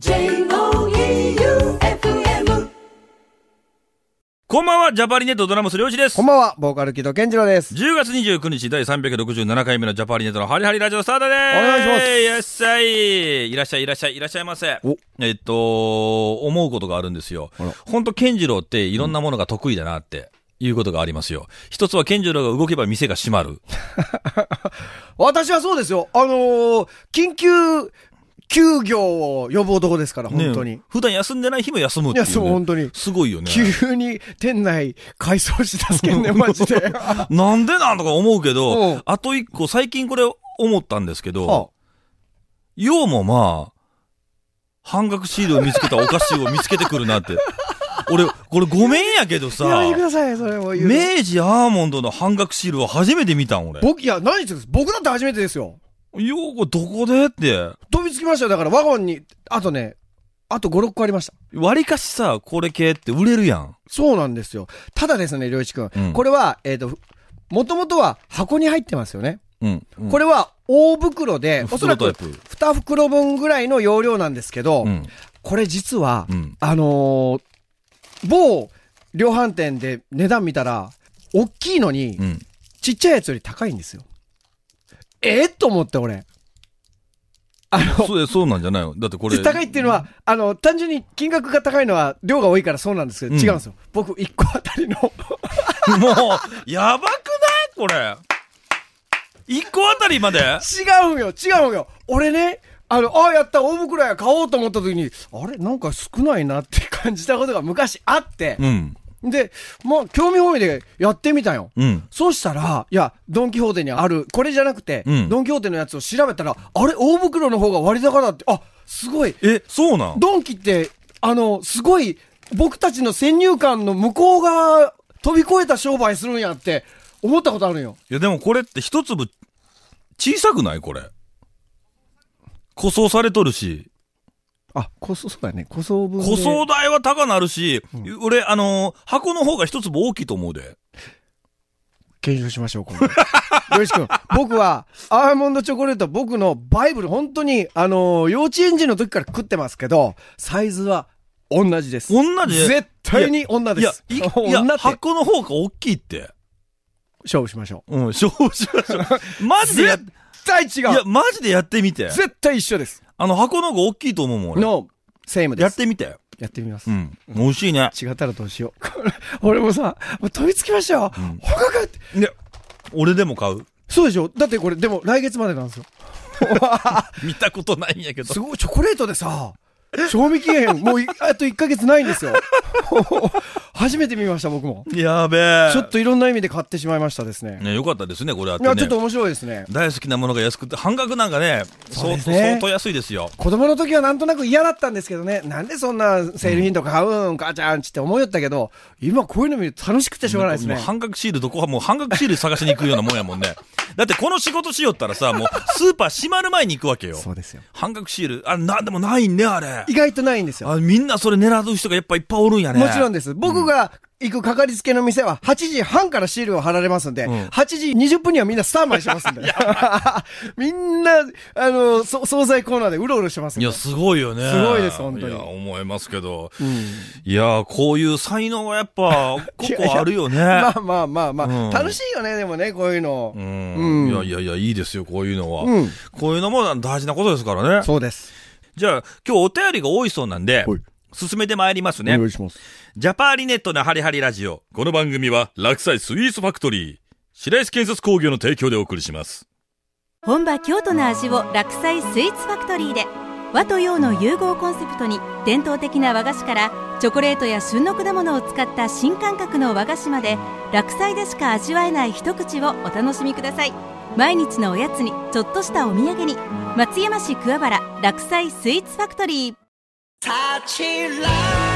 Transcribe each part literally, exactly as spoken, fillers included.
ジェイオーイーユーエフエム。 こんばんは、ジャパリネットドラムスりょうしです。 こんばんは、ボーカル木戸健次郎です。 じゅうがつにじゅうくにちだいさんびゃくろくじゅうななかいめのジャパリネットのハリハリラジオスタートでーす。 お願いします。 いらっしゃい。いらっしゃい、いらっしゃい、いらっしゃいませ。 おえっと、思うことがあるんですよ。ほんと、健次郎っていろんなものが得意だなって。いうことがありますよ。一つは健次郎が動けば店が閉まる。 私はそうですよ。あのー、緊急休業を呼ぶ男ですから、本当に。 ね、普段休んでない日も休むっていう、ね。 いや、そう、本当に。 すごいよね。 急に店内改装しだすけんね、マジで。 なんでなんとか思うけど、あと一個、最近これ思ったんですけど、はあ、ようもまあ、半額シールを見つけたお菓子を見つけてくるなって。俺、これごめんやけどさ、 やめてください、それも言う。 明治アーモンドの半額シールを初めて見たん、俺。 僕、いや、何言ってるんです僕だって初めてですよ。 よう、これどこでって。 飛びつきましたよ。だからワゴンに、あとね、あとご、ろっこありました。 割かしさ、これ系って売れるやん。 そうなんですよ。ただですね、りょういちくん。うん、これは、えっと、もともとは箱に入ってますよね。 うんうん、 これは大袋で、おそらくにふくろぶんぐらいの容量なんですけど、うん、これ実は、うん、あのー、某量販店で値段見たら、大きいのに、うん、ちっちゃいやつより高いんですよ。えー、と思って俺。あの、 そう、そうなんじゃないの？だってこれ。 高いっていうのは、あの、単純に金額が高いのは量が多いからそうなんですけど、うん、違うんですよ。僕いっこあたりの。もう、やばくないこれ。いっこあたりまで？ 違うんよ、違うんよ。俺ね、あの、ああ、やった、大袋や買おうと思った時に、あれなんか少ないなって感じたことが昔あって、うん、で、まあ、興味本位でやってみたよ。うん、そうしたら、いや、ドンキホーテにある、これじゃなくて、うん、ドンキホーテのやつを調べたら、あれ大袋の方が割高だって、あ、すごい。 え、そうなん？ ドンキって、あの、すごい、僕たちの先入観の向こう側、飛び越えた商売するんやって、思ったことあるんよ。 いや、でもこれって一粒、小さくないこれ。個装されとるし。 あ、個装、そうだね。個装分で。 個装代は高なるし、うん、俺、あのー、箱の方が一粒大きいと思うで。 検証しましょう、今度。よろしく。僕は、アーモンドチョコレート、僕のバイブル、本当に、あのー、幼稚園児の時から食ってますけど、サイズは同じです。 同じ？ 絶対に同じです。 いや、いや、いや箱の方が大きいって。 勝負しましょう。うん、勝負しましょう。マジでやっ絶対違う。 いや、マジでやってみて。 絶対一緒です。 あの、箱の方が大きいと思うもん、俺。 の、セームです。 やってみて。 やってみます。 うん。美味しいね。 違ったらどうしよう。俺もさ、もう飛びつきましたよ。うん、ほかかって。 いや、俺でも買う。 そうでしょ。だってこれ、でも来月までなんですよ。 見たことないんやけど。 すごい、チョコレートでさ、賞味期限、もうあといっかげつないんですよ。初めて見ました、僕も。 やべえ。 ちょっといろんな意味で買ってしまいましたですね。 ね、よかったですね、これあってね。 いや、ちょっと面白いですね。 大好きなものが安くて、半額なんかね、 そうですね、 相当安いですよ。 子供の時はなんとなく嫌だったんですけどね、なんでそんなセール品とか買うん、母ちゃんちって思いよったけど、今こういうの見ると楽しくてしょうがないですね。 半額シールどこはもう半額シール探しに行くようなもんやもんね。だってこの仕事しよったらさ、もうスーパー閉まる前に行くわけよ。 そうですよ。 半額シール、あ、な、でもないんね、あれ。 意外とないんですよ。 あ、みんなそれ狙う人がやっぱいっぱいおるんやね。 もちろんです。僕が行くかかりつけの店ははちじはんからシールを貼られますんで、うん、はちじにじゅっぷんにはみんなスタンバイしますんで。みんな、あの、そ、惣菜コーナーでうろうろしてますんで。 いや、すごいよね。 すごいです、本当に。 いや、思いますけど。うん、いや、こういう才能はやっぱ、ここあるよね。いやいやまあまあまあまあ、うん、楽しいよね、でもね、こういうの。 うん。うん、いやいやいや、いいですよ、こういうのは。うん、こういうのも大事なことですからね。 そうです。 じゃあ、今日お便りが多いそうなんで、進めてまいりますね。 お願いします。 ジャパーリネットのハリハリラジオ。この番組は、落栽スイーツファクトリー、白石建設工業の提供でお送りします。 本場京都の味を落栽スイーツファクトリーで、和と洋の融合コンセプトに、伝統的な和菓子から、チョコレートや旬の果物を使った新感覚の和菓子まで、落栽でしか味わえない一口をお楽しみください。毎日のおやつに、ちょっとしたお土産に、松山市桑原落栽スイーツファクトリー。 タッチライ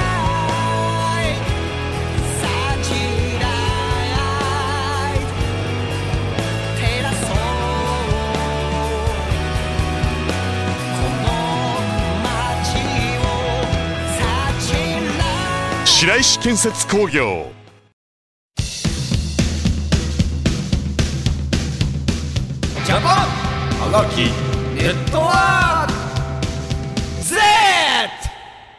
白石建設工業。 ジャパンはがきネットワーク Z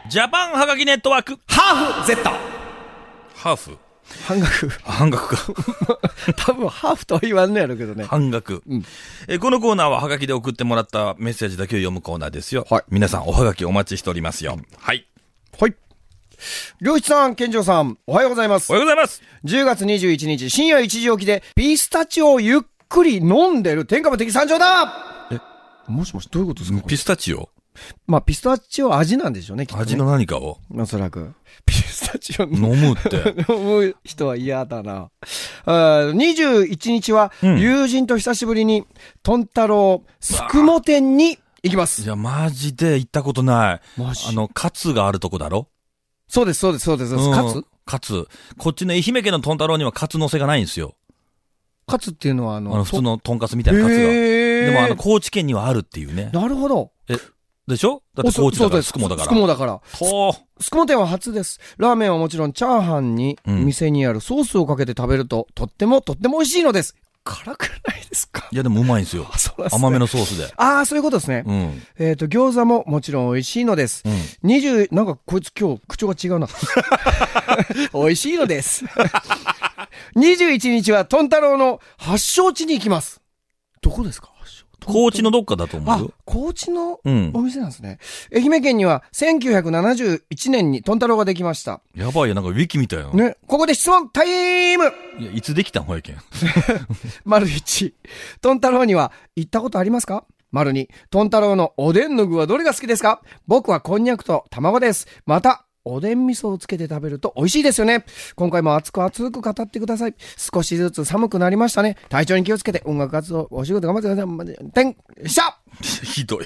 ジャパンはがきネットワーク。 ハーフ Z。 ハーフ半額。 半額か。 多分ハーフとは言わんのやろうけどね。 半額、 うんえ。このコーナーははがきで送ってもらったメッセージだけを読むコーナーですよ。 はい。 皆さんおはがきお待ちしておりますよ。はい。 はい。良一さん、健丈さん、おはようございます。 おはようございます。 じゅうがつにじゅういちにち深夜いちじ起きでピスタチオをゆっくり飲んでる天下無敵参上だ。え、もしもし、どういうことですか？ ピスタチオ。 まあ、ピスタチオ味なんでしょうね、きっとね。 味の何かをおそらく。ピスタチオ飲むって。 飲む人は嫌だな。あにじゅういちにちは、友人と久しぶりに、トンタロウ、すくも店に行きます。 いや、マジで行ったことない。 マジ？ あの、カツがあるとこだろ？ そうです、そうです、そうです。カツ？ カツ。こっちの愛媛県のトンタロウにはカツのせがないんですよ。 カツっていうのはあの、 あの普通のトンカツみたいなカツが。でもあの、高知県にはあるっていうね。 なるほど。 え、でしょ？だって高知だから、すくもだから。 すくもだから。 ほう。すくも店は初です。ラーメンはもちろんチャーハンに店にあるソースをかけて食べると、とってもとっても美味しいのです。辛くないですか？ いやでもうまいんですよ。 そうですね。 甘めのソースで。 ああ、そういうことですね。 うん。 えっと、餃子ももちろん美味しいのです。うん。にじゅう、なんかこいつ今日口調が違うな。美味しいのです。にじゅういちにちはトンタロウの発祥地に行きます。どこですか？ 高知のどっかだと思うよ。 あ、高知のお店なんですね。うん、愛媛県にはせんきゅうひゃくななじゅういちねんにトンタロウができました。 やばいや、なんかウィキみたいな。 ね。ここで質問タイム。 いや、いつできたんほやけん。 丸いち。トンタロウには行ったことありますか？丸に。トンタロウのおでんの具はどれが好きですか？僕はこんにゃくと卵です。また、おでん味噌をつけて食べると美味しいですよね。今回も熱く熱く語ってください。少しずつ寒くなりましたね。体調に気をつけて音楽活動、お仕事頑張ってください。てん、しゃひどい。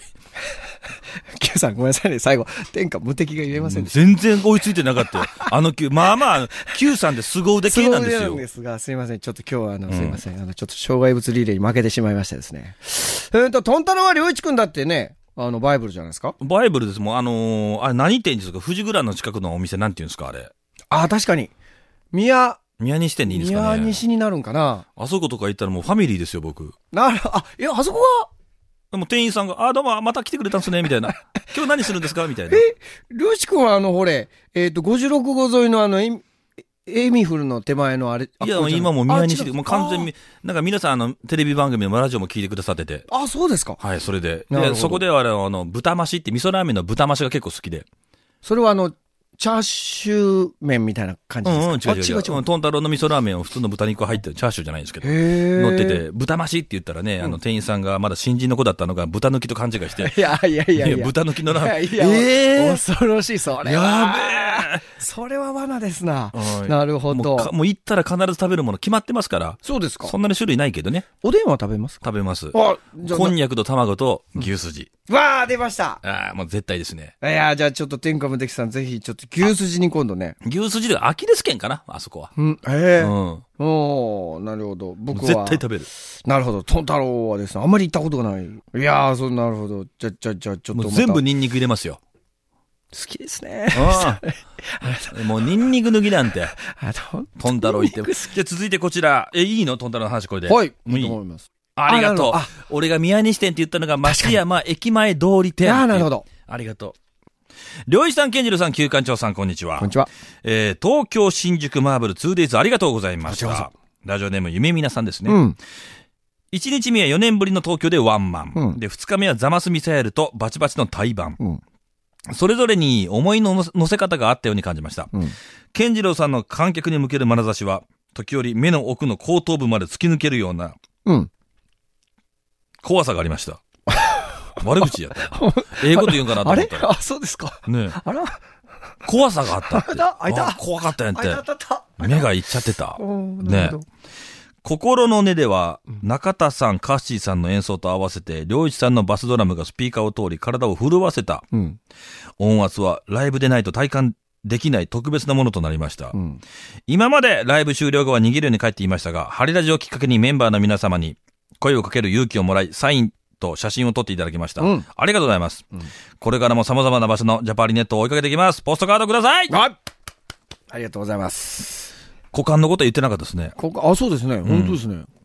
Q さんごめんなさいね。最後、天下無敵が言えませんでした。 全然追いついてなかったよ。あの Q、まあまあ、Q さんで凄腕系なんですよ。 凄腕なんですが、すいません。ちょっと今日はあの、すいません。あの、ちょっと障害物リレーに負けてしまいましたですね。えっと、トンタロウは良一くんだってね、あの、バイブルじゃないですか？ バイブルです。もう、あのー、あれ何店ですか？富士グランの近くのお店なんて言うんですかあれ。 あ、確かに。宮、 宮西店でいいんですかね？ 宮西になるんかな？ あそことか行ったらもうファミリーですよ、僕。 なる、あ、いや、あそこはでも店員さんが、あ、どうも、また来てくれたんすね、みたいな。今日何するんですかみたいな。 え、りょうしくんはあの、ほれ、えっと、ごじゅうろくごう沿いのあの、エミフルの手前のあれ。 いや、今もう宮西で、もう完全に、なんか皆さんあの、テレビ番組もラジオも聞いてくださってて。 あ、そうですか。 はい、それで。で、そこではあの、豚増しって味噌ラーメンの豚増しが結構好きで。 それはあの、チャーシュー麺みたいな感じですか？ うん、うん、違う違う違う。違うトンタロウの味噌ラーメンを普通の豚肉入ってるチャーシューじゃないんですけど。乗ってて、豚増しって言ったらね、あの、店員さんがまだ新人の子だったのが豚抜きと勘違いして。 いやいやいやいや。 いや豚抜きのラーメン。 いやいや、えー、恐ろしい、それは。 やべえ。 それは罠ですな。なるほど。 もう、もう行ったら必ず食べるもの決まってますから。 そうですか。 そんなに種類ないけどね。 おでんは食べますか？ 食べます。あ、こんにゃくと卵と牛すじ。 うん、わー、出ました。 ああ、もう絶対ですね。 いや、じゃあちょっと天下無敵さん、ぜひちょっと牛すじに今度ね。 牛すじでアキレス腱かなあそこは。 うん、ええー。うん。おー、なるほど。僕は。 絶対食べる。 なるほど。トンタロウはですね、あんまり行ったことがない。いやー、そう、なるほど。じゃ、じゃ、じゃ、ちょっと。 全部ニンニク入れますよ。 好きですね。 ああもうニンニク抜きなんて。トンタロウ行って。じゃあ続いてこちら。え、いいのトンタロウの話これで。 はい。いいと思います。 ありがとう。俺が宮西店って言ったのが松山駅前通り店。 ああ、なるほど。 ありがとう。良一さん、健次郎さん、旧館長さん、こんにちは。 こんにちは。 えー、東京新宿マーブル ツーデイズ ありがとうございました。ラジオネーム夢みなさんですね。うん。いちにちめはよねんぶりの東京でワンマン。うん、で、ふつかめはザマスミサイルとバチバチの対バン。うん、それぞれに思いの乗せ方があったように感じました。うん、健次郎さんの観客に向ける眼差しは、時折目の奥の後頭部まで突き抜けるような、うん、怖さがありました。悪口やった。ええこと言うんかなと思ったら。 あれあ、そうですか。 ねえ。 あら怖さがあったって。 あいたあいたあ怖かったやんって。 あいたあった。 目がいっちゃってた。 ねえ。 心の根では、中田さん、カッシーさんの演奏と合わせて、良一さんのバスドラムがスピーカーを通り体を震わせた。うん、音圧はライブでないと体感できない特別なものとなりました。うん、今までライブ終了後は逃げるように帰っていましたが、ハリラジをきっかけにメンバーの皆様に声をかける勇気をもらい、サインと写真を撮っていただきました。うん、ありがとうございます。うん、これからも様々な場所のジャパリネットを追いかけていきます。ポストカードください。 はい。ありがとうございます。 股間のことは言ってなかったですね。 あ、そうですね。本当ですね。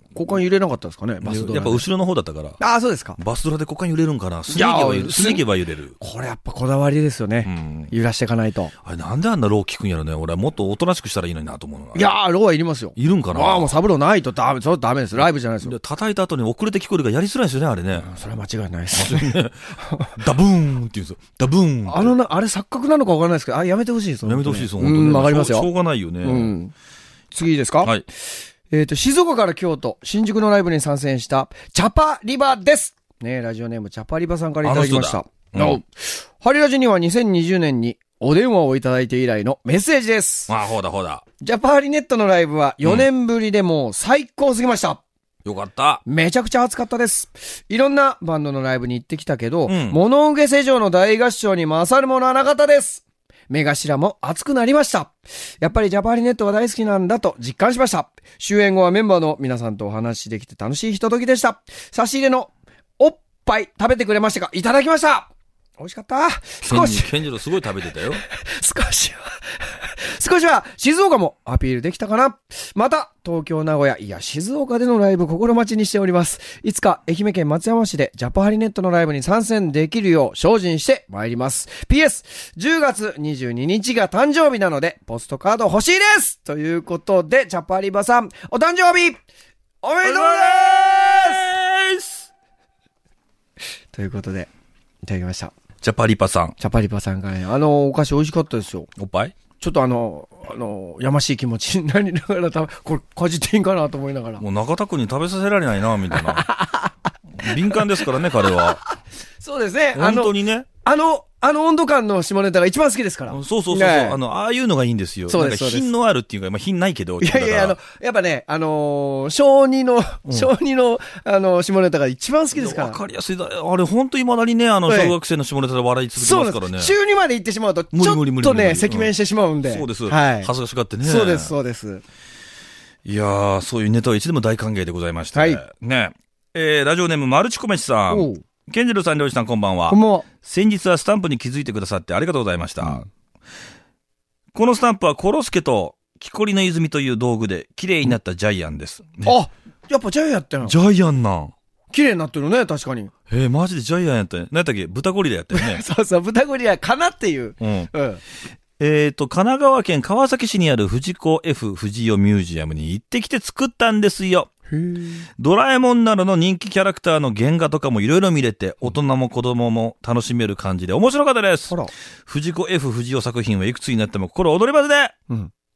股間揺れなかったですかね、バスドラ。 やっぱ後ろの方だったから。 ああ、そうですか。 バスドラで股間揺れるんかな。スニーケは揺れる。スニーケは揺れる。 これやっぱこだわりですよね。うん、揺らしていかないと。 あれなんであんなロー効くんやろね。俺はもっとおとなしくしたらいいのになと思うの。 いやー、ローはいりますよ。 いるんかな。 ああ、もうサブローないとダメ、それダメです。ライブじゃないですよ。 叩いた後に遅れて聞こえるからやりづらいですよね、あれね。 うん、それは間違いないです。 ダブーンって言うんですよ。ダブーン。 あのな、あれ錯覚なのかわからないですけど、あ、やめてほしいですよ。 やめてほしいです、本当に。 うん、わかりますよ。 しょうがないよね。 うん。次いいですか？ はい。 えっと、静岡から京都、新宿のライブに参戦した、チャパリバです。ね、ラジオネームチャパリバさんからいただきました。うん、ハリラジにはにせんにじゅうねんにお電話をいただいて以来のメッセージです。 ああ、ほうだほうだ。 ジャパハリネットのライブはよねんぶりでもう最高すぎました。 うん、よかった。 めちゃくちゃ熱かったです。いろんなバンドのライブに行ってきたけど、うん、物受け世情の大合唱に勝るものはなかったです。目頭も熱くなりました。やっぱりジャパハリネットは大好きなんだと実感しました。終演後はメンバーの皆さんとお話しできて楽しいひとときでした。差し入れのおっぱい食べてくれましたか？いただきました。美味しかった。少し。 ケンジロすごい食べてたよ。 少しは。少しは静岡もアピールできたかな。また東京、名古屋、いや静岡でのライブ心待ちにしております。いつか愛媛県松山市でジャパハリネットのライブに参戦できるよう精進して参ります。ピーエス、じゅうがつにじゅうににちが誕生日なのでポストカード欲しいですということで、ジャパリバさんお誕生日おめでとうございますということでいただきました。 ジャパリパさん。 ジャパリパさんがね、あのお菓子美味しかったですよ。 おっぱいちょっとあの、あの、やましい気持ちになりながら食べ、これ、かじっていいんかなと思いながら。 もう中田くんに食べさせられないな、みたいな。敏感ですからね、彼は。 そうですね。 本当にね。 あの、あの温度感の下ネタが一番好きですから。 そうそうそうそう、ね。あの、ああいうのがいいんですよ。そうです。なんか品のあるっていうか、まあ品ないけど。 いやいや、あの、やっぱね、あのー、小児の、うん、小児の、あの、下ネタが一番好きですから。 わかりやすいだ。あれ、ほんと未だにね、あの、小学生の下ネタで笑い続けますからね。 そう中にまで行ってしまうと、ちょっとね、赤面してしまうんで。 そうです。 はい。 恥ずかしがってね。 そうです、そうです。 いやー、そういうネタはいつでも大歓迎でございまして。はい。ね。えー、ラジオネーム、マルチコメシさん。ケンジルさん、りょうじさん、こんばんは。 こんばんは。 先日はスタンプに気づいてくださってありがとうございました。うん、このスタンプはコロスケと木こりの泉という道具で綺麗になったジャイアンです。 ね、あ、やっぱジャイアンやったの？ ジャイアンなん。 綺麗になってるね、確かに。 えー、マジでジャイアンやったね。何やったっけ？豚ゴリラやったよね。 そうそう、豚ゴリラかなっていう。 うん。うん。えっと、神奈川県川崎市にある藤子 F 不二雄ミュージアムに行ってきて作ったんですよ。ドラえもんなどの人気キャラクターの原画とかもいろいろ見れて、大人も子供も楽しめる感じで面白かったです。藤子 F 不二雄作品はいくつになっても心躍りますね。うん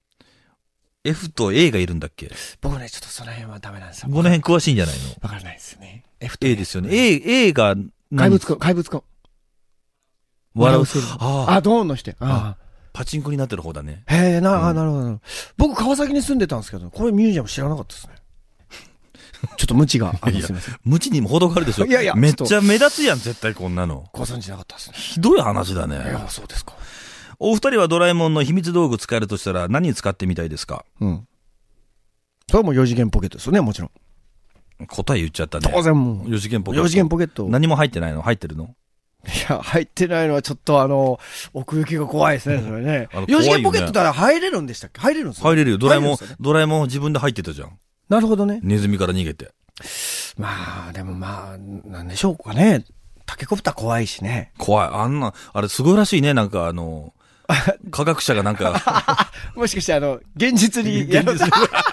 。F と A がいるんだっけ？ 僕ね、ちょっとその辺はダメなんですよ。 この辺詳しいんじゃないの？ わからないですよね。 F と A ですよね。A、A が怪物くん、怪物くん。 笑う。 ああ、ドーンのして。ああ。パチンコになってる方だね。 へえ、な、あ、なるほど。僕、川崎に住んでたんですけど、これミュージアム知らなかったですね。ちょっと無知があるんですよ。 無知にも程があるでしょ。 いやいや。 めっちゃ目立つやん、絶対こんなの。 ご存知なかったですね。 ひどい話だね。いや、そうですか。 お二人はドラえもんの秘密道具使えるとしたら何に使ってみたいですか？うん。 それはもうよ次元ポケットですよね、もちろん。 答え言っちゃったね。 当然もう。 よ次元ポケット。 よ次元ポケット。 何も入ってないの？入ってるの？ いや、入ってないのはちょっとあの、奥行きが怖いですね、それね。よ次元ポケットなら入れるんでしたっけ？入れるんですか？ 入れるよ。ドラえもん、ドラえもん自分で入ってたじゃん。 なるほどね。 ネズミから逃げて。 まあ、でもまあ、なんでしょうかね。タケコプター怖いしね。 怖い。あんな、あれすごいらしいね。なんかあの、科学者がなんか。 もしかしてあの、現実にやる。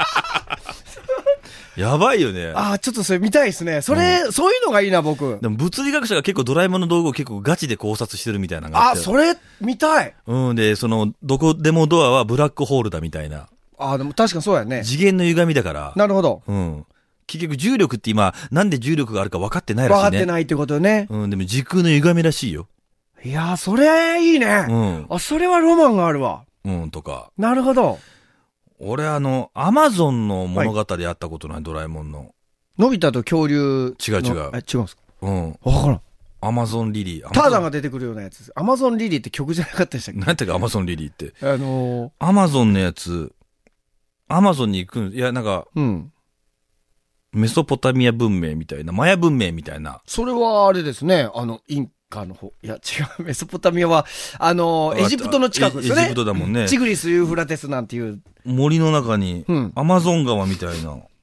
やばいよね。 ああ、ちょっとそれ見たいですね。それ、うん、そういうのがいいな、僕。 でも物理学者が結構ドラえもんの道具を結構ガチで考察してるみたいなのがあって。 あ、それ、見たい。 うん、で、その、どこでもドアはブラックホールだみたいな。 ああ、でも確かにそうやね。 次元の歪みだから。 なるほど。 うん。結局重力って今、なんで重力があるか分かってないらしいね。 分かってないってことね。 うん、でも時空の歪みらしいよ。 いやー、それいいね。うん。あ、それはロマンがあるわ。 うん、とか。 なるほど。 俺あの、アマゾンの物語やったことない、はい、ドラえもんの。 のび太と恐竜。 違う違う。 え、違うんですか？ うん。 わからん。 アマゾンリリー。 ターザンが出てくるようなやつです。アマゾンリリーって曲じゃなかったでしたっけ？ 何やったっけ、アマゾンリリーって。 あのー、 アマゾンのやつ、アマゾンに行くん、いや、なんか、うん。メソポタミア文明みたいな、マヤ文明みたいな。 それはあれですね、あの、インカの方。いや、違う、メソポタミアは、あの、エジプトの近くですよね。 エジプトだもんね。 チグリス・ユーフラテスなんていう。 森の中に、アマゾン川みたいな。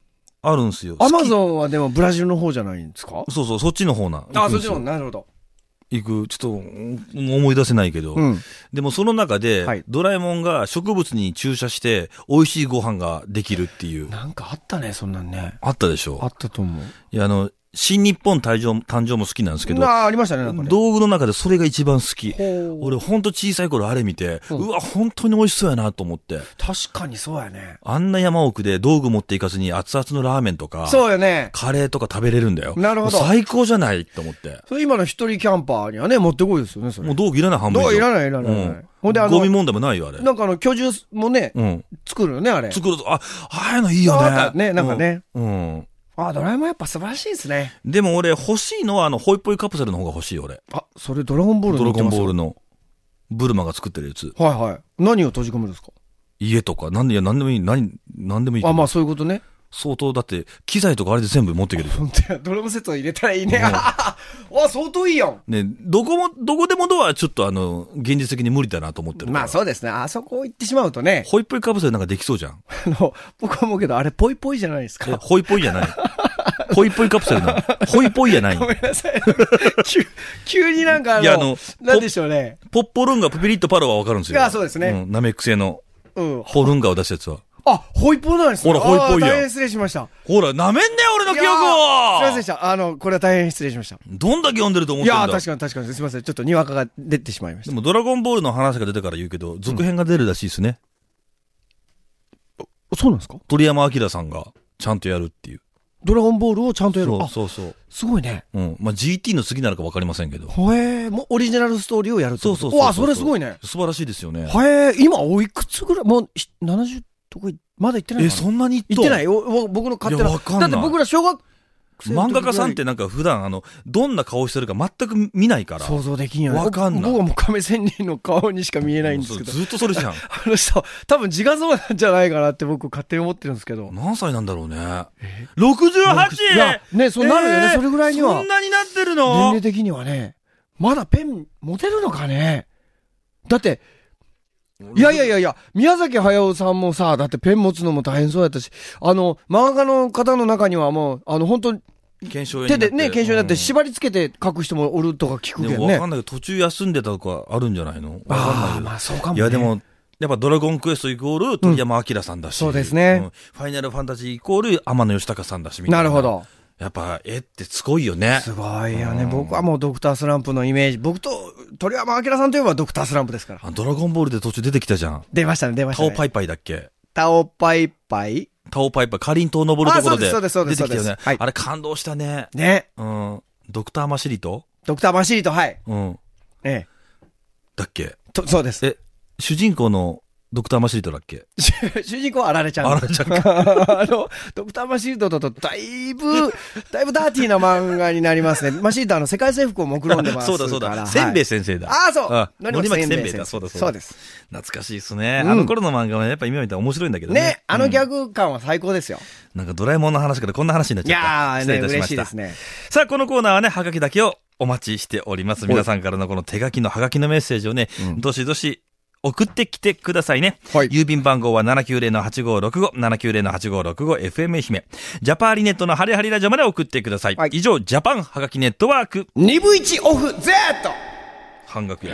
あるんすよ。 アマゾンはでもブラジルの方じゃないんですか？ そうそう、そっちの方な。 あ、そっちの方、なるほど。 行く、ちょっと思い出せないけど。うん、でもその中で、はい、ドラえもんが植物に注射して、美味しいご飯ができるっていう。 なんかあったね、そんなんね。 あったでしょ。 あったと思う。 いや、あの、新日本誕生、誕生も好きなんですけど。 あ、ありましたね、なんかね。 道具の中でそれが一番好き。俺ほんと小さい頃あれ見て、うん、うわ、本当に美味しそうやなと思って。 確かにそうやね。 あんな山奥で道具持っていかずに熱々のラーメンとか。 そうよね。 カレーとか食べれるんだよ。 なるほど。 最高じゃないと思って。 それ今の一人キャンパーにはね、持ってこいですよね、それ。 もう道具いらない半分以上。 道具いらないいらない。うん、ほんであの、 ゴミ問題もないよ、あれ。 なんかあの、居住もね、うん、作るよね、あれ。 作ると、あ、ああいうのいいよね。 ね、なんかね。 うん。うんあ、ドラえもんやっぱ素晴らしいですね。 でも俺欲しいのはあのホイポイカプセルの方が欲しいよ俺。 あ、それドラゴンボールのドラゴンボールのブルマが作ってるやつ。 はいはい。何を閉じ込めるんですか？ 家とか、なんで、いや、なんでもいい、何、なんでもいい。 あ、まあそういうことね。 相当だって、機材とかあれで全部持っていける。 本当や、ドラゴンセット入れたらいいね。あ、相当いいやん。 ね、どこも、どこでもドアはちょっとあの、現実的に無理だなと思ってる。 まあそうですね。あそこ行ってしまうとね。 ホイポイカプセルなんかできそうじゃん。 あの、僕は思うけど、あれポイポイじゃないですか。 ホイポイじゃない。ホイポイカプセルな。ホイポイやない。 ごめんなさい。急、急になんかあの、いやあの、なんでしょうね。 ポッポルンガ、プピリッとパロはわかるんですよ。 あ、そうですね。 うん、ナメック製の。うん。ポルンガを出したやつは。 あ、ホイポイなんですね。 ほら、ホイポイや。 大変失礼しました。 ほら、なめんね俺の記憶を。 すいませんでした。あの、これは大変失礼しました。 どんだけ読んでると思ってんだ。 いや、確かに確かに。すいません。ちょっとにわかが出てしまいました。 でも、ドラゴンボールの話が出てから言うけど、続編が出るらしいですね。 うん、そうなんですか？ 鳥山明さんがちゃんとやるっていう。 ドラゴンボールをちゃんとやる。 そうそうそう。 すごいね。 うん。まあ、ジーティー の次なのか分かりませんけど。 へえ、もうオリジナルストーリーをやるってこと。 そうそうそうそう。 わあ、それすごいね。 素晴らしいですよね。 へえ、今おいくつぐらい、もうななじゅうとこまだ行ってないのかな。 え、そんなに行ってないお僕の勝手な。 いや、わかんない。 だって僕ら小学漫画家さんってなんか普段あの、どんな顔してるか全く見ないから。 想像できんよね。 わかんない。 僕はもう亀仙人の顔にしか見えないんですけど。 ずっとそれじゃん。 あの人、多分自画像なんじゃないかなって僕勝手に思ってるんですけど。 何歳なんだろうね。ろくじゅうはち! いや、ね、そうなるよね、えー、それぐらいには。 そんなになってるの？ 年齢的にはね。まだペン持てるのかね。だって、いやいやいやいや、宮崎駿さんもさ、だってペン持つのも大変そうやったし、あの、漫画家の方の中にはもう、あの、本当に、手でね、検証になって縛り付けて書く人もおるとか聞くけどね。 でもわかんないけど、途中休んでたとかあるんじゃないの？わかんないけど。 まあそうかもね。 いやでも、やっぱドラゴンクエストイコール鳥山明さんだし、 うん、そうですね、 うん。ファイナルファンタジーイコール天野義高さんだし、みたいな。 なるほど。 やっぱ、絵ってすごいよね。 すごいよね。僕はもうドクタースランプのイメージ。僕と鳥山明さんといえばドクタースランプですから。 あ、ドラゴンボールで途中出てきたじゃん。 出ましたね、出ましたね。 タオパイパイだっけ？ タオパイパイタオパイパイ、かりんとう登るところで出てきたよね。はい、あれ感動したね。 ね。 うん。ドクターマシリト？ ドクターマシリト、はい。 うん。 ええ。 だっけ？ と、そうです。 え、主人公のドクターマシリトだっけ？ 主人公はあられちゃん。 あられちゃんか。 あの、ドクターマシリトとと、だいぶ、だいぶダーティーな漫画になりますね。マシリトあの、世界征服を目論んでますから。 そうだそうだ。せんべい先生だ。 ああ、そう。 のりまきせんべいだ。そうだそうだ。 そうです。 懐かしいですね。あの頃の漫画はやっぱ今見たら面白いんだけどね。 ね、あのギャグ感は最高ですよ。 なんかドラえもんの話からこんな話になっちゃった。 いやー、ね、嬉しいですね。 さあ、このコーナーはね、はがきだけをお待ちしております。皆さんからのこの手書きのはがきのメッセージをね、どしどし送ってきてくださいね。はい、郵便番号は ななきゅうぜろのはちごろくご、ななきゅうぜろのはちごろくご、エフエム 愛媛。ジャパーリネットのハリハリラジオまで送ってください。はい、以上、ジャパンはがきネットワーク。 にぶいちオフ Z! 半額や。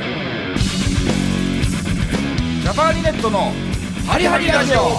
ジャパーリネットのハリハリラジオ。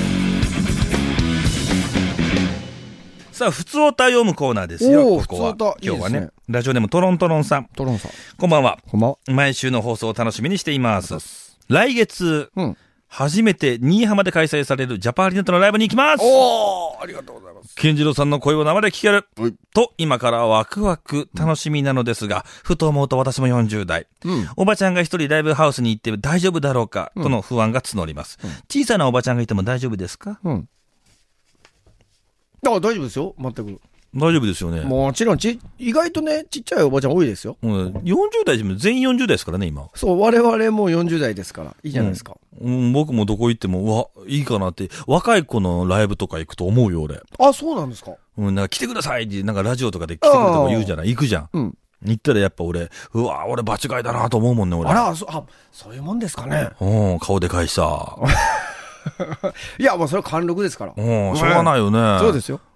さあ、普通歌読むコーナーですよ。ここは。今日はね、いいね、ラジオネームトロントロンさん。 トロンさん。 こんばんは。 こんばんは。 毎週の放送を楽しみにしています。来月、うん、初めて新居浜で開催されるジャパーリネットのライブに行きます。 おー、ありがとうございます。 健次郎さんの声を生で聞ける。と、今からワクワク楽しみなのですが、うん、ふと思うと私もよんじゅう代。うん、おばちゃんが一人ライブハウスに行って大丈夫だろうか、との不安が募ります。うん、小さなおばちゃんがいても大丈夫ですか？うん。 あ、大丈夫ですよ、全く。 大丈夫ですよね。 もちろんち、意外とね、ちっちゃいおばちゃん多いですよ。 うん。よんじゅう代でも全員よんじゅう代ですからね、今。 そう、我々もよんじゅう代ですから、いいじゃないですか。 うん、うん、僕もどこ行っても、うわ、いいかなって、若い子のライブとか行くと思うよ、俺。 あ、そうなんですか。 うん、なんか来てくださいって、なんかラジオとかで来てくれとか言うじゃない、行くじゃん。うん。行ったらやっぱ俺、うわ、俺場違いだなと思うもんね、俺。 あら、そ、あ、そういうもんですかね。 うん、顔でかいさ。 いや、もうそれは貫禄ですから。 うん、しょうがないよね。 そうですよ。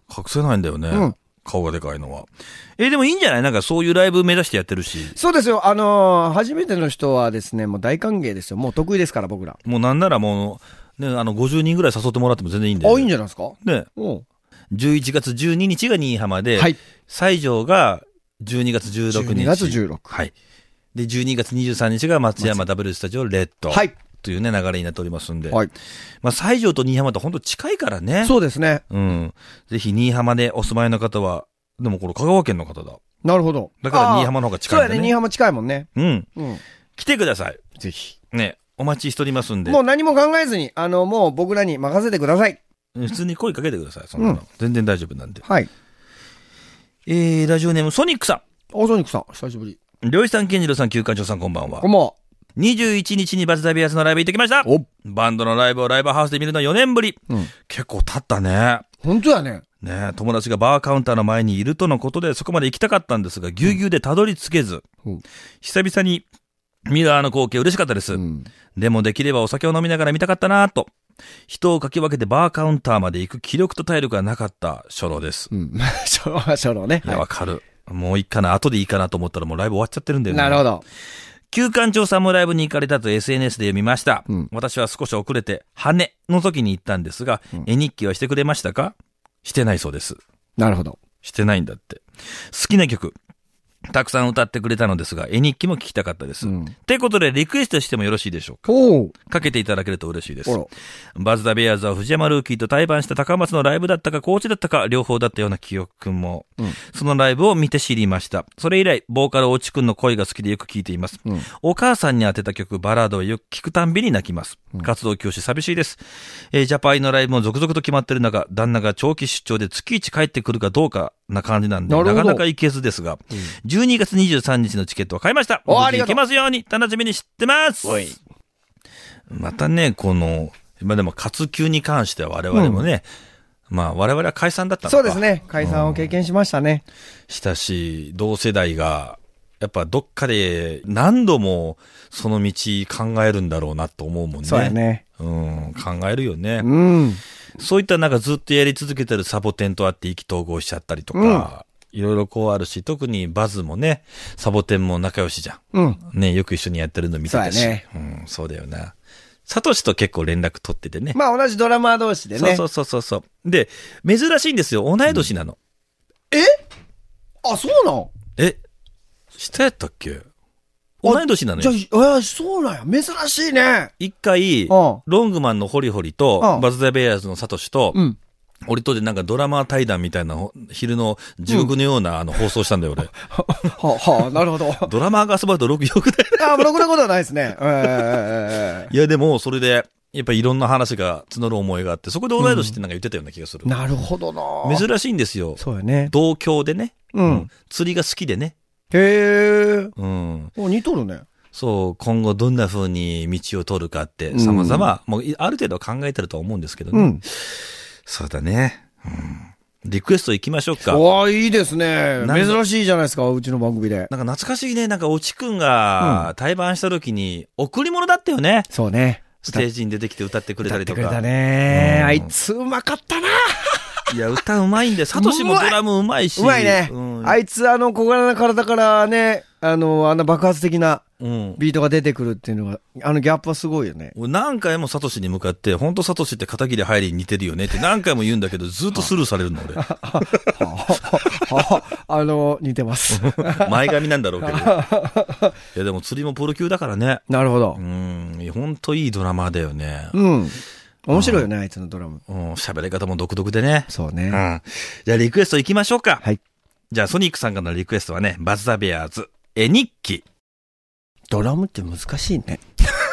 隠せないんだよね。 うん。 顔がでかいのは。えー、でもいいんじゃない？なんかそういうライブ目指してやってるし。 そうですよ。あのー、初めての人はですね、もう大歓迎ですよ。もう得意ですから、僕ら。 もうなんならもう、ね、あの、ごじゅうにんぐらい誘ってもらっても全然いいんで、ね。 あ、いいんじゃないですか？ ね。 うん。 じゅういちがつじゅうににちが新居浜で、 はい。 西条がじゅうにがつじゅうろくにち。 じゅうにがつじゅうろく。 はい。で、じゅうにがつにじゅうさんにちが松山ダブルスタジオレッド。 はい。 というね、流れになっておりますんで。 はい。 まあ、西条と新居浜って本当近いからね。 そうですね。 うん。ぜひ新居浜でお住まいの方は、でもこれ香川県の方だ。 なるほど。 だから新居浜の方が近いんだね。 そうやね、新居浜近いもんね。 うん。 うん。 来てください。 ぜひ。 ね、お待ちしておりますんで。 もう何も考えずに、あの、もう僕らに任せてください。 普通に声かけてください。そんなの。うん、全然大丈夫なんで。 はい。 えー、ラジオネームソニックさん。 あ、ソニックさん、久しぶり。 漁師さん、健次郎さん、旧館長さん、こんばんは。 こんばんは。 にじゅういちにちにバズ・ザ・ビアーズのライブ行ってきました。 おバンドのライブをライブハウスで見るのはよねんぶり。うん、結構経ったね。 本当やね。 ね、友達がバーカウンターの前にいるとのことでそこまで行きたかったんですが、ぎゅうぎゅうでたどり着けず、うん、久々に見るあの光景嬉しかったです、うん。でもできればお酒を飲みながら見たかったなぁと。人をかき分けてバーカウンターまで行く気力と体力がなかった初老です。 うん。初老、初老ね。 いや、わかる。もういいかな、後でいいかなと思ったらもうライブ終わっちゃってるんだよね。 なるほど。 旧館長さんもライブに行かれたと エスエヌエス で読みました。うん、私は少し遅れて、羽の時に行ったんですが、うん、絵日記はしてくれましたか？してないそうです。 なるほど。 してないんだって。好きな曲、たくさん歌ってくれたのですが、絵日記も聞きたかったです。うん、ってことで、リクエストしてもよろしいでしょうか？おかけていただけると嬉しいです。バズ・ザ・ベアーズは藤山ルーキーと対バンした高松のライブだったか、高知だったか、両方だったような記憶も、うん、そのライブを見て知りました。それ以来、ボーカルおちくんの声が好きでよく聞いています。うん、お母さんに当てた曲、バラードをよく聞くたんびに泣きます。うん、活動休止寂しいです。えー、ジャパイのライブも続々と決まってる中、旦那が長期出張で月一帰ってくるかどうかな感じなんで、なかなか行けずですが、うん、じゅうにがつにじゅうさんにちのチケットを買いました。 おありがとう。 行けますように楽しみにしてます。おい。またね、この、まあでも活休に関しては我々もね、うん、まあ我々は解散だったのか。 そうですね。解散を経験しましたね。 うん、したし、同世代が、やっぱどっかで何度もその道考えるんだろうなと思うもんね。 そうやね。 うん、考えるよね。 うん。 そういったなんかずっとやり続けてるサボテンとあって意気投合しちゃったりとか、うん、いろいろこうあるし、特にバズもね、サボテンも仲良しじゃん。うん。ね、よく一緒にやってるの見てたし。そうやね。うん、そうだよな。サトシと結構連絡取っててね。 まあ同じドラマー同士でね。 そうそうそうそう。で、珍しいんですよ。同い年なの。 うん、えあ、そうなん？ え下やったっけ？同い年なのよ。 じゃあ、そうなんや。珍しいね。 一回、ロングマンのホリホリと、バズ・ザ・ベアーズのサトシと、うん、俺とでなんかドラマ対談みたいな、昼の地獄のような、うん、あの放送したんだよ、俺。 はあ、はあ、なるほど。 ドラマーが集まるとろくよくだよ。 ああ、ろくなことはないですね。えー、 いや、でも、それで、やっぱいろんな話が募る思いがあって、そこで同い年ってなんか言ってたような気がする。 うん、なるほどな。 珍しいんですよ。 そうやね。 同郷でね。 うん。うん、 釣りが好きでね。 へえ。 うん。 お、似とるね。 そう、今後どんな風に道を取るかって、様々、うん、もうある程度考えてるとは思うんですけどね。うん、そうだね。うん、リクエスト行きましょうか。 おー、いいですね。珍しいじゃないですか、うちの番組で。 なんか懐かしいね。なんかおちくんが対バンした時に、贈り物だったよね。 そうね。 ステージに出てきて歌ってくれたりとか。 歌ってくれたね、うん。あいつうまかったな。 いや、歌うまいんで、サトシもドラムうまいし。 うまいね。うん、あいつ、あの、小柄な体からね、あの、あんな爆発的なビートが出てくるっていうのが、あのギャップはすごいよね。 何回もサトシに向かって、ほんとサトシって片桐入りに似てるよねって何回も言うんだけど、ずっとスルーされるの、俺。 あの、似てます。 前髪なんだろうけど。いや、でも釣りもプロ級だからね。 なるほど。 うん、ほんといいドラマーだよね。 うん。面白いよね、あいつのドラム。 うん、喋り方も独特でね。 そうね。 うん。じゃあリクエスト行きましょうか。 はい。 じゃあソニックさんからのリクエストはね、バズ・ザ・ベアーズ、絵日記。 ドラムって難しいね。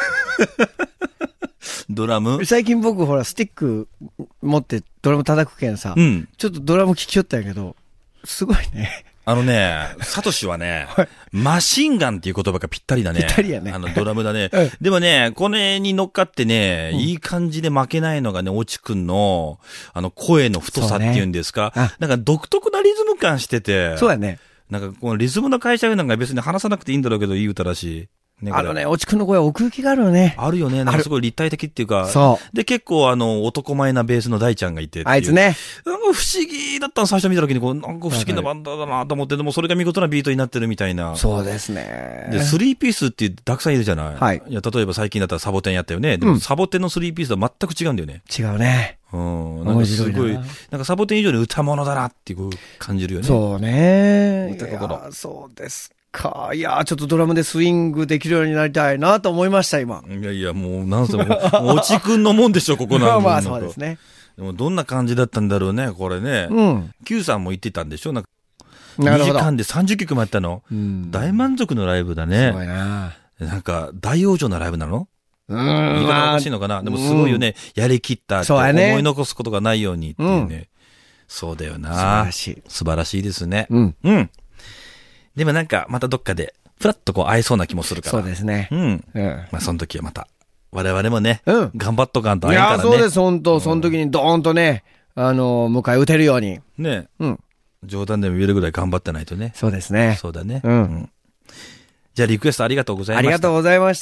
ドラム最近僕ほら、スティック持ってドラム叩くけんさ、うん、ちょっとドラム聴きよったんやけど、すごいね。 あのね、サトシはね、はい、マシンガンっていう言葉がぴったりだね。 ぴったりやね。 あのドラムだね。うん、でもね、これに乗っかってね、うん、いい感じで負けないのがね、おちくんの、あの声の太さっていうんですか、ね、なんか独特なリズム感してて。 そうやね。 なんかこのリズムの会社なんか別に話さなくていいんだろうけど、いい歌だし。 ね、 あのね、おちくんの声は奥行きがあるよね。 あるよね。なんかすごい立体的っていうか。 そう。 で、結構あの、男前なベースの大ちゃんがいて。 あいつね。 なんか不思議だったの、最初見た時に、こう、なんか不思議なバンドだなと思って、でもそれが見事なビートになってるみたいな。 そうですね。 で、スリーピースってたくさんいるじゃない。 はい。 いや、例えば最近だったらサボテンやったよね。でも、サボテンのスリーピースとは全く違うんだよね。 違うね。 うん。なんかすごい、なんかサボテン以上に歌物だなっていう感じるよね。 そうね。 歌心。 そうですか。いや、ちょっとドラムでスイングできるようになりたいなと思いました、今。 いやいや、もう、なんせもう、おちくんのもんでしょ、ここなんまあ、そうですね。 でも、どんな感じだったんだろうね、これね。うん。Q さんも言ってたんでしょ、なんか。にじかんでさんじゅっきょくもやったの。うん。大満足のライブだね。 すごいな。 なんか、大往生なライブなの？ うん。 言い方おかしいのかな、でもすごいよね。やりきったって思い残すことがないようにっていうね。そうだよな。素晴らしい。 素晴らしいですね。うん。うん。でもなんか、またどっかで、ふらっとこう会えそうな気もするから。 そうですね。 うん。うん。まあ、その時はまた、我々もね、うん。頑張っとかんと会えんからね。 いや、そうです、本当、その時にドーンとね、あの、迎え撃てるように。 ね。うん。冗談でも言えるぐらい頑張ってないとね。 そうですね。 そうだね。うん。うん、じゃあ、リクエストありがとうございました。 ありがとうございました。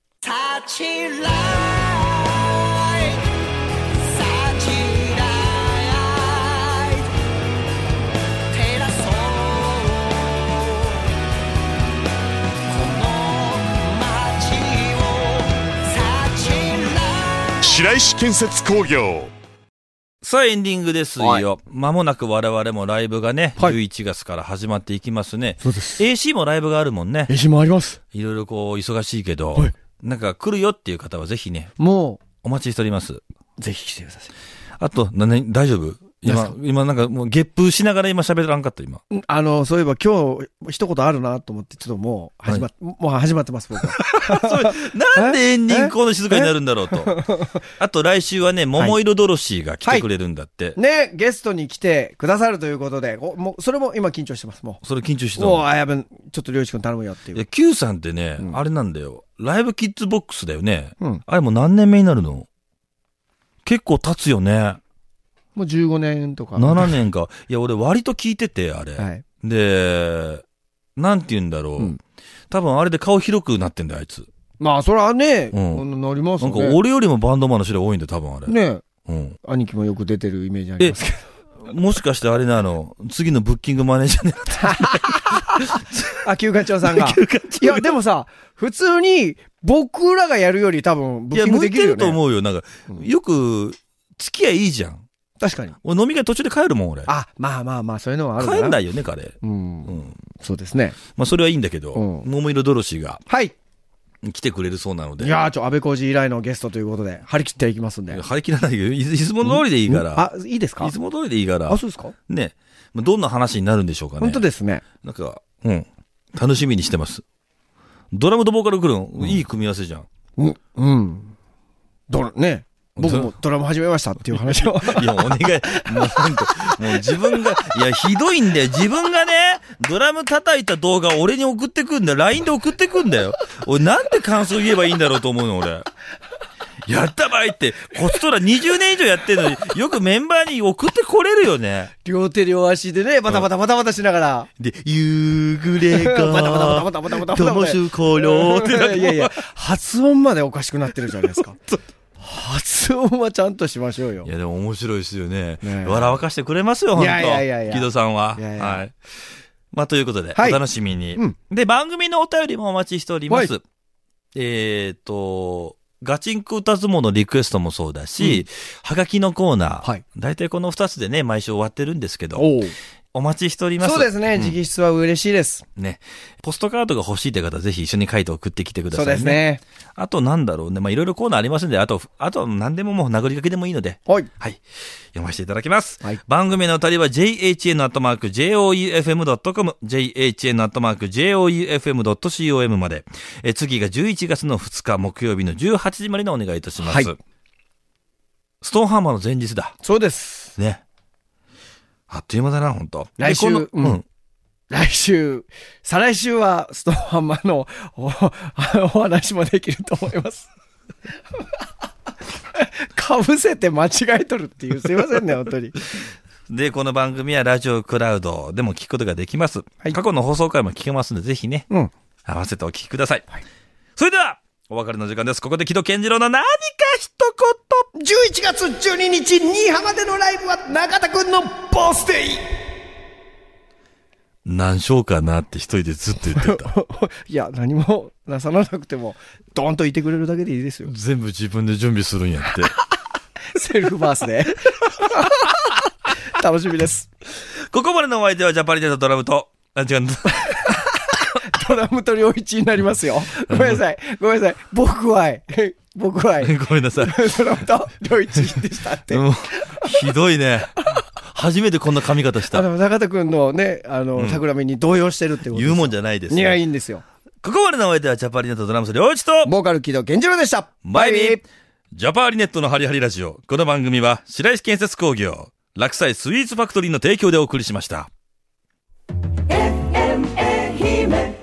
白石建設工業。 さあエンディングですよ。はい、間もなく我々もライブがね、はい、じゅういちがつから始まっていきますね。 そうです。 エーシー もライブがあるもんね。 エーシー もあります。 いろいろこう忙しいけど、はい、なんか来るよっていう方はぜひね、 もうお待ちしております。 ぜひ来てください。 あと、なね、大丈夫？今、今なんかもうゲップしながら今喋らんかった今。 あの、そういえば今日一言あるなと思って、ちょっともう始まっ、はい、もう始まってます、僕は。 なんでエンディングこんな静かになるんだろうと。あと来週はね、桃色ドロシーが来てくれるんだって。 はいはい、ね、ゲストに来てくださるということで、もうそれも今緊張してます、もう。 それ緊張してたの？ もう、あやぶん、ちょっとりょうしくん頼むよっていう。 いや、Q さんってね、うん、あれなんだよ。ライブキッズボックスだよね。うん。あれもう何年目になるの？結構経つよね。 もうじゅうごねんとか。 ななねんか。いや、俺割と聞いてて、あれ。はい、で、なんて言うんだろう、うん。多分あれで顔広くなってんだよ、あいつ。 まあ、それはね、うん、なりますね。 なんか俺よりもバンドマンの種類多いんだよ、多分あれ。 ねえ。うん。兄貴もよく出てるイメージありますけど。もしかしてあれなの、次のブッキングマネージャー狙ってあ、休館長さんが。休館長。いや、でもさ、普通に僕らがやるより多分ブッキングできるよね。いや、向いてると思うよ。なんか、うん、よく、付き合いいいじゃん。 確かに。 俺飲み会途中で帰るもん、俺。 あ、まあまあまあ、そういうのはあるな。帰んないよね、彼。 うん。うん。そうですね。 まあ、それはいいんだけど、うん、桃色ドロシーが。 はい。 来てくれるそうなので。 いやー、ちょ、安倍浩二以来のゲストということで、張り切っていきますんで。 張り切らないよ。いつも通りでいいから。 あ、いいですか？ いつも通りでいいから。 あ、そうですか？ ね。どんな話になるんでしょうかね。 本当ですね。 なんか、うん。楽しみにしてます。ドラムとボーカル来るの、うん、いい組み合わせじゃん。 うん。うん。ドラ、ね。僕もドラム始めましたっていう話を。 いや、お願い。もうほんと、もう自分が、いや、ひどいんだよ。自分がね、ドラム叩いた動画を俺に送ってくんだよ。ライン で送ってくんだよ。俺なんて感想言えばいいんだろうと思うの、俺。やったばいって、こっちとらにじゅうねん以上やってんのに、よくメンバーに送ってこれるよね。 両手両足でね、バタバタバタバタしながら。 で、夕暮れが、バタバタバタバタバタバタバタ。灯す頃って。 いやいや、発音までおかしくなってるじゃないですか。発音はちゃんとしましょうよ。 いや、でも面白いですよね。ね、笑わかしてくれますよ、ほんと。いやいやいやいや。木戸さんは。いやいやはい。まあ、ということで、はい、お楽しみに、うん。で、番組のお便りもお待ちしております。はい、えっと、ガチンコ歌相撲のリクエストもそうだし、うん、はがきのコーナー。はい。大体この二つでね、毎週終わってるんですけど。おお待ちしております。 そうですね。直筆は嬉しいです。 ね。ポストカードが欲しいって方、ぜひ一緒に書いて送ってきてくださいね。 そうですね。 あとなんだろうね。まあ、いろいろコーナーありますんで、あと、あと何でももう殴りかけでもいいので。はい。はい。読ませていただきます。はい。番組のおたりは ジェイエイチエヌ アットマーク ジェイオーユーエフエム ドットコム、ジェイエイチエヌ アットマーク ジェイオーユーエフエム ドットコム まで。え、次がじゅういちがつのふつか木曜日のじゅうはちじまでのお願いいたします。はい。ストーンハンマーの前日だ。 そうです。 ね。あっという間だな、ほんと。 来週、うん、うん。来週、再来週はストーンハンマーの お, お話もできると思います。かぶせて間違えとるっていう、すいませんね、本当に。 で、この番組はラジオクラウドでも聞くことができます。はい、過去の放送回も聞けますので、ぜひね、うん、 合わせてお聞きください。はい、それでは、お別れの時間です。ここで木戸健次郎の何か一言。 じゅういちがつじゅうににち、新居浜でのライブは中田くんのバースデー。 何しようかなって一人でずっと言ってた。 いや、何もなさらなくても、ドーンといてくれるだけでいいですよ。 全部自分で準備するんやって。 セルフバースデー。楽しみです。 ここまでのお相手はジャパリネットドラムと、あ、違う。 ドラムと両一になりますよ。ごめんなさい。ごめんなさい。僕は、僕は、 ごめんなさい。 ドラムと両一でしたって。 ひどいね。初めてこんな髪型した。 あの、中田くんのね、あの、うん、桜目に動揺してるってことです。 言うもんじゃないですよ。 いや、いいんですよ。 ここまでのお相手はジャパリネットドラムス両一と、 ボーカル木戸健次郎でした。 バイビー。ジャパリネットのハリハリラジオ。この番組は、白石建設工業、落西スイーツファクトリーの提供でお送りしました。エフエムエー 姫